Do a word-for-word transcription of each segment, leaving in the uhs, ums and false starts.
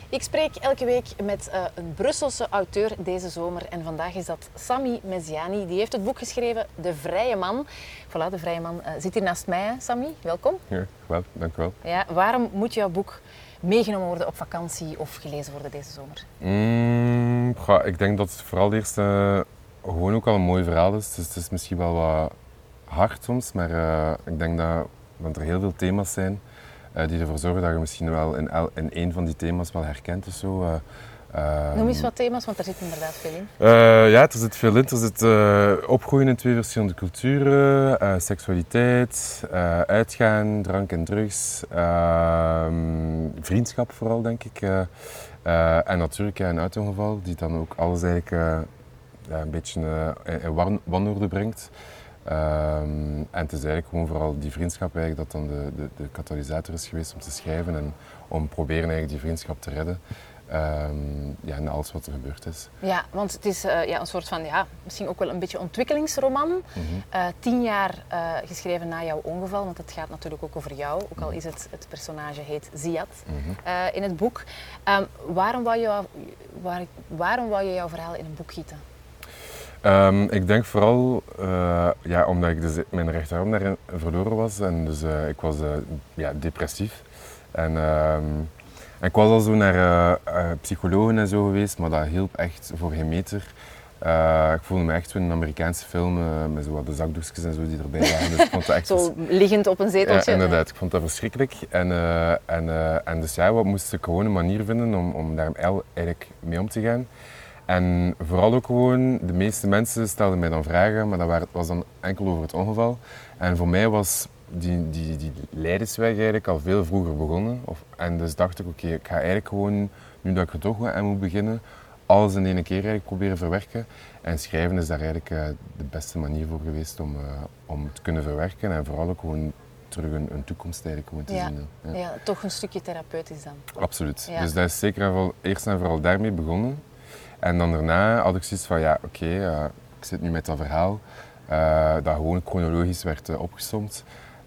Ik spreek elke week met uh, een Brusselse auteur deze zomer en vandaag is dat Sami Mesiani. Die heeft het boek geschreven De Vrije Man. Voilà, De Vrije Man uh, zit hier naast mij, hè, Sami. Welkom. Ja, wel, dank u wel. Ja, waarom moet jouw boek meegenomen worden op vakantie of gelezen worden deze zomer? Mm, ja, ik denk dat het vooral eerst uh, gewoon ook al een mooi verhaal is. Dus het is misschien wel wat hard soms, maar uh, ik denk dat, dat er heel veel thema's zijn uh, die ervoor zorgen dat je misschien wel in, el, in één van die thema's wel herkent of zo. Uh, Uh, Noem eens wat thema's, want er zit inderdaad veel in. Uh, ja, er zit veel in. Er zit uh, opgroeien in twee verschillende culturen, uh, seksualiteit, uh, uitgaan, drank en drugs, uh, vriendschap vooral, denk ik. Uh, uh, en natuurlijk ja, een auto-ongeval die dan ook alles eigenlijk uh, ja, een beetje uh, in wan- wanorde brengt. Uh, en het is eigenlijk gewoon vooral die vriendschap eigenlijk dat dan de, de, de katalysator is geweest om te schrijven en om proberen eigenlijk die vriendschap te redden. Um, ja, en alles wat er gebeurd is. Ja, want het is uh, ja, een soort van, ja, misschien ook wel een beetje ontwikkelingsroman. Mm-hmm. Uh, tien jaar uh, geschreven na jouw ongeval, want het gaat natuurlijk ook over jou. Ook al is het, het personage heet Ziad Mm-hmm. uh, in het boek. Um, waarom, wou je, waar, waarom wou je jouw verhaal in een boek gieten? Um, ik denk vooral uh, ja, omdat ik dus mijn rechterarm daarin verloren was. En dus uh, ik was uh, ja, depressief. En, um, En ik was al zo naar uh, uh, psychologen en zo geweest, maar dat hielp echt voor geen meter. Uh, ik voelde me echt zo'n Amerikaanse film uh, met zo wat de zakdoekjes en zo die erbij waren. Dus ik vond dat echt zo vers... liggend op een zeteltje? Ja, inderdaad. Ik vond dat verschrikkelijk. En, uh, en, uh, en dus ja, wat moest ik gewoon een manier vinden om, om daar eigenlijk mee om te gaan. En vooral ook gewoon, de meeste mensen stelden mij dan vragen, maar dat was dan enkel over het ongeval. En voor mij was die, die, die lijdensweg eigenlijk al veel vroeger begonnen. Of, en dus dacht ik, oké, okay, ik ga eigenlijk gewoon, nu dat ik er toch aan moet beginnen, alles in één keer eigenlijk proberen verwerken. En schrijven is daar eigenlijk uh, de beste manier voor geweest om, uh, om het te kunnen verwerken en vooral ook gewoon terug een, een toekomst eigenlijk gewoon te ja. zien. Ja. ja, toch een stukje therapeutisch dan. Absoluut. Ja. Dus dat is zeker en vooral, eerst en vooral daarmee begonnen. En dan daarna had ik zoiets van, ja, oké, okay, uh, ik zit nu met dat verhaal, uh, dat gewoon chronologisch werd uh, opgesomd.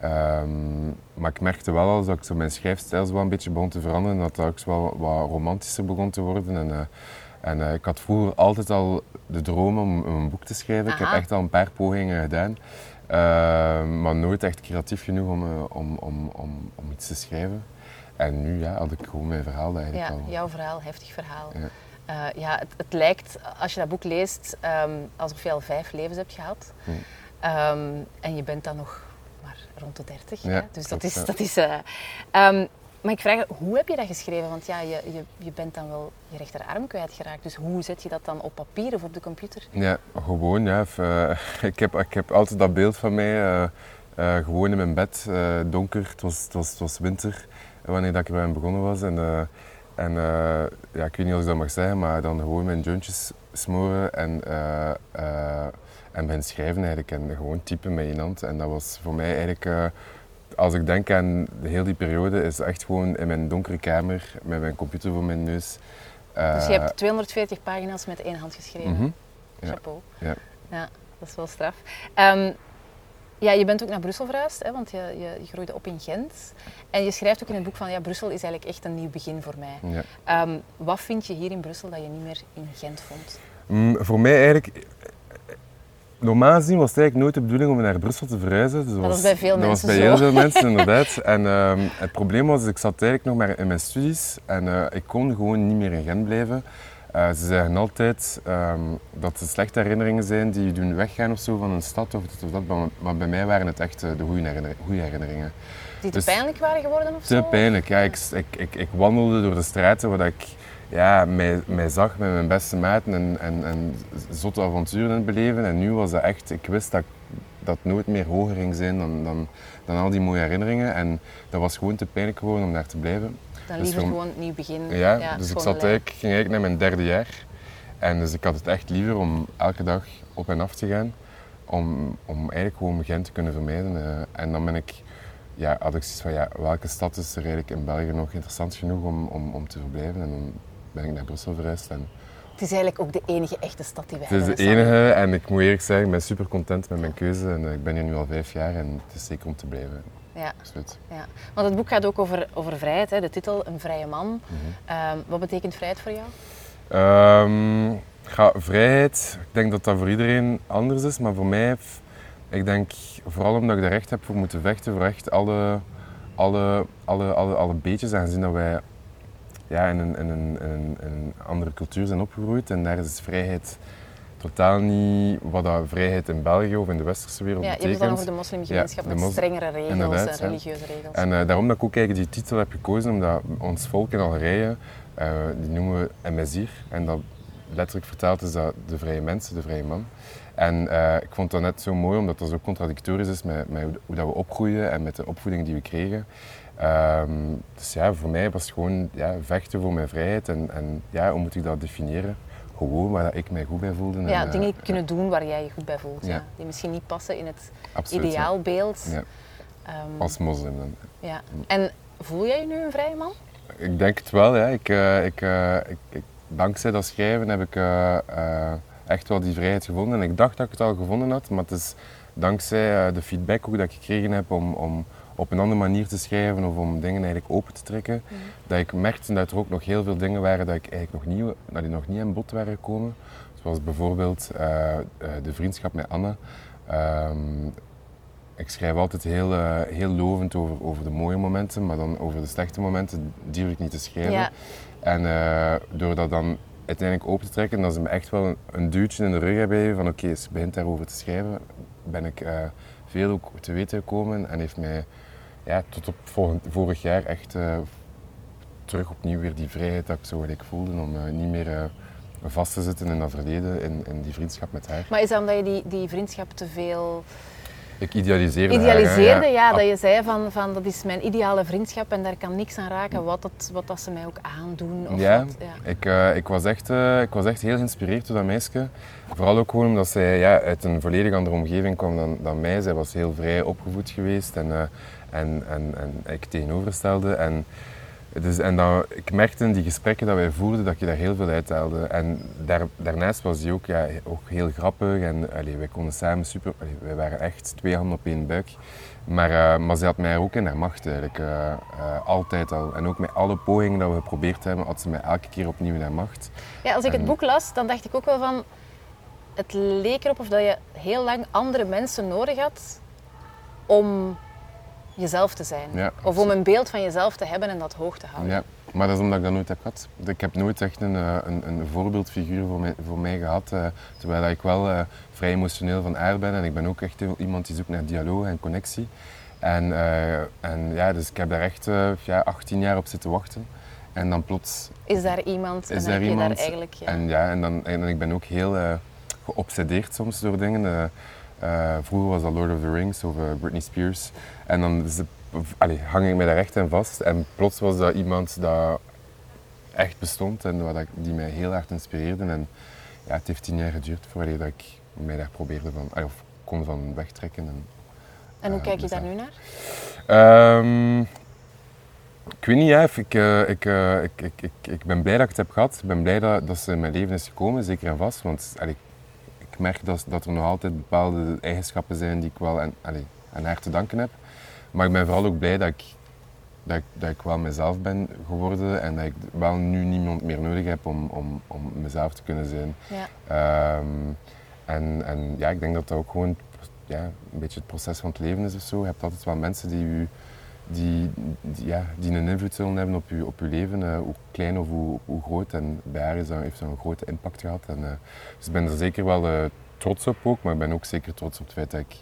Um, maar ik merkte wel al dat ik zo mijn schrijfstijl zo wel een beetje begon te veranderen, dat dat ook zo wel wat romantischer begon te worden. En, uh, en uh, ik had vroeger altijd al de droom om, om een boek te schrijven. Aha. Ik heb echt al een paar pogingen gedaan, uh, maar nooit echt creatief genoeg om, uh, om, om, om, om iets te schrijven. En nu ja, had ik gewoon mijn verhaal eigenlijk ja, al. Jouw verhaal, heftig verhaal. Ja. Uh, ja, het, het lijkt, als je dat boek leest, um, alsof je al vijf levens hebt gehad. Hm. Um, en je bent dan nog maar rond de dertig. Ja, hè? Dus klopt, dat is... Ja. Dat is uh, um, maar ik vraag, hoe heb je dat geschreven? Want ja, je, je, je bent dan wel je rechterarm kwijtgeraakt. Dus hoe zet je dat dan op papier of op de computer? Ja, gewoon. Ja. Uh, ik, heb, ik heb altijd dat beeld van mij. Uh, uh, gewoon in mijn bed, uh, donker. Het was, het, was, het was winter wanneer dat ik bij hem begonnen was. En, uh, En uh, ja, ik weet niet of ik dat mag zeggen, maar dan gewoon mijn jointjes smoren en, uh, uh, en ben schrijven eigenlijk en gewoon typen met één hand. En dat was voor mij eigenlijk, uh, als ik denk aan de hele die periode, is echt gewoon in mijn donkere kamer met mijn computer voor mijn neus. Uh, dus je hebt tweehonderdveertig pagina's met één hand geschreven. Mm-hmm. Chapeau. Ja. Ja, dat is wel straf. Um, Ja, je bent ook naar Brussel verhuisd, hè, want je, je, je groeide op in Gent. En je schrijft ook in het boek van, ja, Brussel is eigenlijk echt een nieuw begin voor mij. Ja. Um, wat vind je hier in Brussel dat je niet meer in Gent vond? Mm, voor mij eigenlijk... Normaal gezien was het eigenlijk nooit de bedoeling om naar Brussel te verhuizen. Dus dat was, was bij veel dat mensen was bij zo. heel veel mensen, inderdaad. En um, het probleem was, ik zat eigenlijk nog maar in mijn studies en uh, ik kon gewoon niet meer in Gent blijven. Uh, ze zeggen altijd um, dat het slechte herinneringen zijn die je doen weggaan of zo van een stad of dit of dat, maar, maar bij mij waren het echt uh, de goede herinner- herinneringen. Die te dus, pijnlijk waren geworden of te zo? Te pijnlijk, ja. Ik, ik, ik, ik wandelde door de straten waar ik ja, mij, mij zag met mijn beste maten en, en, en zotte avonturen in het beleven. En nu was dat echt, ik wist dat dat nooit meer hoger ging zijn dan, dan, dan al die mooie herinneringen. En dat was gewoon te pijnlijk geworden om daar te blijven. Dan dus liever voor, gewoon nieuw begin. Ja, ja dus ik zat eigenlijk, ging eigenlijk naar mijn derde jaar. En dus ik had het echt liever om elke dag op en af te gaan. Om, om eigenlijk gewoon Gent te kunnen vermijden. Uh, en dan ben ik, ja, had ik zoiets van, ja, welke stad is er eigenlijk in België nog interessant genoeg om, om, om te verblijven? En dan ben ik naar Brussel verhuisd. En het is eigenlijk ook de enige echte stad die we hebben. hebben. Het is de enige en ik moet eerlijk zeggen, ik ben super content met mijn keuze. En uh, ik ben hier nu al vijf jaar en het is zeker om te blijven. Ja. Absoluut. Ja. Want het boek gaat ook over, over vrijheid, hè? De titel Een vrije man. Mm-hmm. Um, wat betekent vrijheid voor jou? Um, ja, vrijheid, ik denk dat dat voor iedereen anders is, maar voor mij, ik denk vooral omdat ik er recht heb voor moeten vechten, voor echt alle, alle, alle, alle, alle beetjes, aangezien dat wij ja, in, een, in, een, in, een, in een andere cultuur zijn opgegroeid en daar is vrijheid totaal niet wat dat vrijheid in België of in de westerse wereld ja, betekent. Je hebt het dan over de moslimgemeenschap ja, met mos strengere regels en religieuze ja. regels. En uh, daarom dat ik ook eigenlijk die titel heb gekozen, omdat ons volk in Algerije, uh, die noemen we Emezir. En dat letterlijk vertaald is dat de vrije mens, de vrije man. En uh, ik vond dat net zo mooi, omdat dat zo contradictorisch is met, met hoe dat we opgroeien en met de opvoeding die we kregen. Um, dus ja, voor mij was het gewoon ja, vechten voor mijn vrijheid en, en ja, hoe moet ik dat definiëren? Gewoon waar ik mij goed bij voelde. Ja, en, dingen uh, kunnen doen waar jij je goed bij voelt. Ja. Ja. Die misschien niet passen in het Absoluut, ideaalbeeld. Ja. Ja. Um, Als moslim dan. Ja. En voel jij je nu een vrije man? Ik denk het wel. Ja. Ik, uh, ik, uh, ik, ik, dankzij dat schrijven heb ik uh, uh, echt wel die vrijheid gevonden. En ik dacht dat ik het al gevonden had, maar het is dankzij uh, de feedback ook dat ik gekregen heb om, om op een andere manier te schrijven of om dingen eigenlijk open te trekken, mm. dat ik merkte dat er ook nog heel veel dingen waren dat ik eigenlijk nog niet, dat die nog niet aan bod waren gekomen. Zoals bijvoorbeeld uh, uh, de vriendschap met Anna. Um, ik schrijf altijd heel, uh, heel lovend over, over de mooie momenten, maar dan over de slechte momenten durf ik niet te schrijven. Ja. En uh, door dat dan uiteindelijk open te trekken, dat ze me echt wel een, een duwtje in de rug hebben gegeven van oké, okay, ze begint daarover te schrijven, ben ik uh, veel ook te weten gekomen en heeft mij ja, tot op volgend, vorig jaar echt uh, terug opnieuw weer die vrijheid dat ik zo gelijk voelde om uh, niet meer uh, vast te zitten in dat verleden, in, in die vriendschap met haar. Maar is dat omdat je die, die vriendschap te veel... Ik idealiseerde Idealiseerde, haar, ja. ja, dat je zei van, van dat is mijn ideale vriendschap en daar kan niks aan raken wat dat, wat dat ze mij ook aandoen. Of ja, wat, ja. Ik, uh, ik, was echt, uh, ik was echt heel geïnspireerd door dat meisje. Vooral ook gewoon omdat zij ja, uit een volledig andere omgeving kwam dan, dan mij. Zij was heel vrij opgevoed geweest en, uh, en, en, en ik tegenoverstelde. En, dus, en dan, ik merkte in die gesprekken dat wij voerden dat je daar heel veel uithaalde. En daar, daarnaast was die ook, ja, ook heel grappig en allee, wij konden samen super... Allee, wij waren echt twee handen op één buik. Maar, uh, maar ze had mij ook in haar macht eigenlijk, uh, uh, altijd al. En ook met alle pogingen dat we geprobeerd hebben, had ze mij elke keer opnieuw in haar macht. Ja, als ik en... het boek las, dan dacht ik ook wel van... Het leek erop of dat je heel lang andere mensen nodig had om jezelf te zijn. Ja, of om een beeld van jezelf te hebben en dat hoog te houden. Ja, maar dat is omdat ik dat nooit heb gehad. Ik heb nooit echt een, een, een voorbeeldfiguur voor mij, voor mij gehad. Uh, terwijl ik wel uh, vrij emotioneel van aard ben en ik ben ook echt iemand die zoekt naar dialoog en connectie. En, uh, en ja, dus ik heb daar echt uh, ja, achttien jaar op zitten wachten. En dan plots... Is daar iemand is en daar heb je iemand, daar eigenlijk... Ja. En ja, en, dan, en ik ben ook heel uh, geobsedeerd soms door dingen. Uh, uh, vroeger was dat Lord of the Rings of uh, Britney Spears. En dan is de, allee, hang ik mij daar echt in vast. En plots was dat iemand dat echt bestond en wat ik, die mij heel hard inspireerde. En ja, het heeft tien jaar geduurd voordat ik mij daar probeerde van, allee, of kon van wegtrekken. En, en hoe uh, kijk je dus daar nu naar? Um, Ik weet niet, ja, ik, uh, ik, uh, ik, ik, ik, ik ben blij dat ik het heb gehad. Ik ben blij dat, dat ze in mijn leven is gekomen, zeker en vast. Want allee, ik merk dat, dat er nog altijd bepaalde eigenschappen zijn die ik wel aan, allee, aan haar te danken heb. Maar ik ben vooral ook blij dat ik, dat ik, dat ik wel mezelf ben geworden en dat ik wel nu niemand meer nodig heb om, om, om mezelf te kunnen zijn. Ja. Um, en, en ja, ik denk dat dat ook gewoon ja, een beetje het proces van het leven is of zo. Je hebt altijd wel mensen die u Die, die, ja, die een invloed zullen hebben op je, op je leven, uh, hoe klein of hoe, hoe groot. En bij haar is dat, heeft dat een grote impact gehad. En, uh, dus ik ben er zeker wel uh, trots op ook, maar ik ben ook zeker trots op het feit dat ik...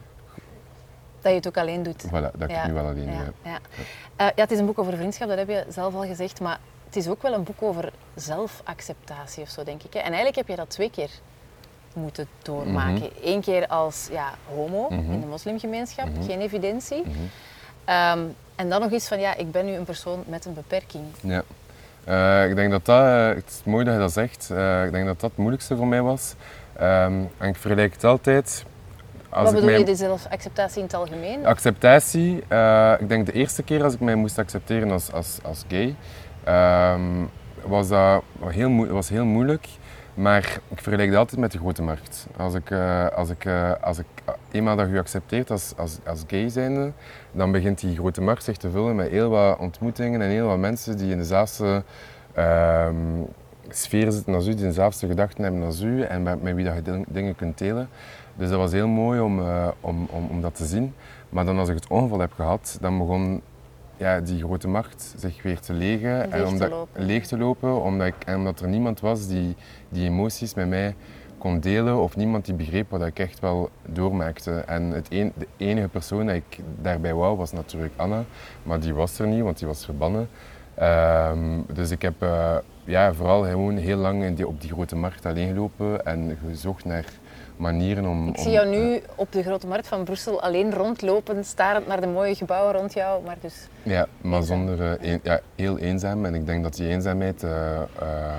Dat je het ook alleen doet. Voilà, dat ik ja. het nu wel alleen doe. Ja, Ja. ja. Uh, ja, het is een boek over vriendschap, dat heb je zelf al gezegd, maar het is ook wel een boek over zelfacceptatie of zo, denk ik. Hè? En eigenlijk heb je dat twee keer moeten doormaken. Mm-hmm. Eén keer als ja, homo mm-hmm. in de moslimgemeenschap, mm-hmm. geen evidentie. Mm-hmm. Um, en dan nog eens van, ja, ik ben nu een persoon met een beperking. Ja. Uh, ik denk dat dat, uh, het is mooi dat je dat zegt, uh, ik denk dat dat het moeilijkste voor mij was. Um, en ik vergelijk het altijd... Als Wat bedoel mij... je, de zelfacceptatie in het algemeen? Acceptatie, uh, ik denk de eerste keer als ik mij moest accepteren als, als, als gay, um, was dat heel, moe- was heel moeilijk. Maar ik vergelijk dat altijd met de grote markt. Als ik, uh, als ik, uh, als ik uh, eenmaal dat je accepteert als, als, als gay zijnde, dan begint die grote markt zich te vullen met heel wat ontmoetingen en heel wat mensen die in dezelfde uh, sfeer zitten als u, die dezelfde gedachten hebben als u en met, met wie dat je dingen kunt delen. Dus dat was heel mooi om, uh, om, om, om dat te zien. Maar dan als ik het ongeval heb gehad, dan begon ja, die grote markt zich weer te legen leeg en omdat, te lopen. leeg te lopen, omdat, ik, en omdat er niemand was die die emoties met mij kon delen of niemand die begreep wat ik echt wel doormaakte. En het een, de enige persoon die ik daarbij wou was natuurlijk Anna, maar die was er niet, want die was verbannen. Um, dus ik heb uh, ja, vooral gewoon heel lang in die, op die grote markt alleen gelopen en gezocht naar manieren om... Ik zie om, jou nu uh, op de grote markt van Brussel alleen rondlopen, starend naar de mooie gebouwen rond jou, maar dus... Ja, maar eenzaam. zonder... Uh, een, ja, heel eenzaam en ik denk dat die eenzaamheid uh, uh,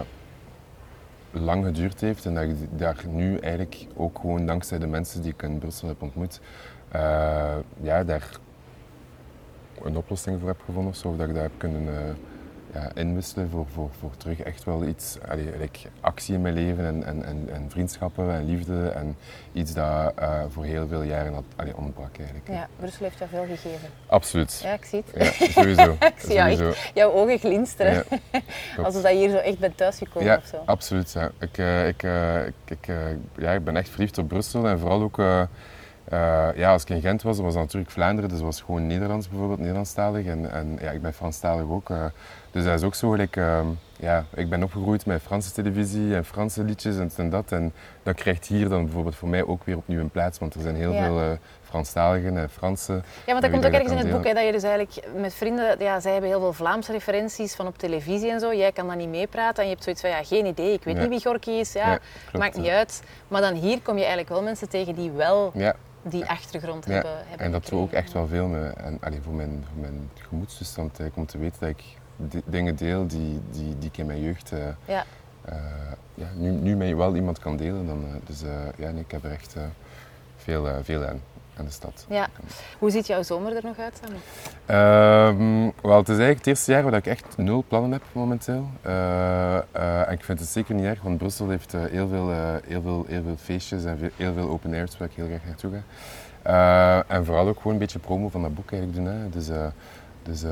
lang geduurd heeft en dat ik daar nu eigenlijk ook gewoon dankzij de mensen die ik in Brussel heb ontmoet, uh, ja, daar een oplossing voor heb gevonden of zo, of dat ik dat heb kunnen... Uh, Ja, inwisselen voor, voor, voor terug echt wel iets, allee, like actie in mijn leven en, en, en, en vriendschappen en liefde en iets dat uh, voor heel veel jaren had, allee, ontbrak eigenlijk. Ja, Brussel heeft jou veel gegeven. Absoluut. Ja, ik zie het. Ja, sowieso. ik zie jou sowieso. echt, jouw ogen glinsteren. Ja, alsof je hier zo echt bent thuisgekomen ja, of zo. Absoluut. Ja. Ik, uh, ik, uh, ik, ik, uh, ja, ik ben echt verliefd op Brussel en vooral ook... Uh, Uh, ja, als ik in Gent was, was dat natuurlijk Vlaanderen, dus dat was gewoon Nederlands bijvoorbeeld, Nederlandstalig. En, en ja, ik ben Franstalig ook. Uh, dus dat is ook zo gelijk, uh, ja, ik ben opgegroeid met Franse televisie en Franse liedjes en, en dat. En dat krijgt hier dan bijvoorbeeld voor mij ook weer opnieuw een plaats, want er zijn heel ja. veel uh, Franstaligen en Fransen. Ja, want dat komt ook ergens in het boek, hè, dat je dus eigenlijk met vrienden, ja, zij hebben heel veel Vlaamse referenties van op televisie en zo. Jij kan dan niet meepraten en je hebt zoiets van, ja, geen idee, ik weet ja. niet wie Gorky is, ja, ja klopt, maakt niet ja. uit. Maar dan hier kom je eigenlijk wel mensen tegen die wel... Ja. die achtergrond ja, hebben, hebben en dat gekregen. doe ook echt wel veel met, en, allee, voor mijn, voor mijn gemoedstoestand, om te weten dat ik de, dingen deel die, die, die ik in mijn jeugd uh, ja. uh, ja, nu, nu met wel iemand kan delen. Dan, uh, dus uh, ja, nee, ik heb er echt uh, veel, uh, veel aan, aan de stad. Ja. Hoe ziet jouw zomer er nog uit, Sammy? Um, wel, het is eigenlijk het eerste jaar waar ik echt nul plannen heb momenteel. Uh, uh, en ik vind het zeker niet erg, want Brussel heeft uh, heel, veel, uh, heel, veel, heel veel feestjes en veel, heel veel open airs waar ik heel graag naartoe ga. Uh, en vooral ook gewoon een beetje promo van dat boek eigenlijk doen. Hè. Dus, uh, dus uh,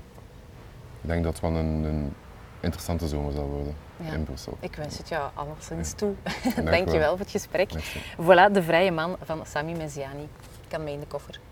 ik denk dat het wel een, een interessante zomer zal worden ja. in Brussel. Ik wens het jou alleszins toe. Dank Dank je wel voor het gesprek. Merci. Voilà, de vrije man van Sammy Mesiani kan mee in de koffer.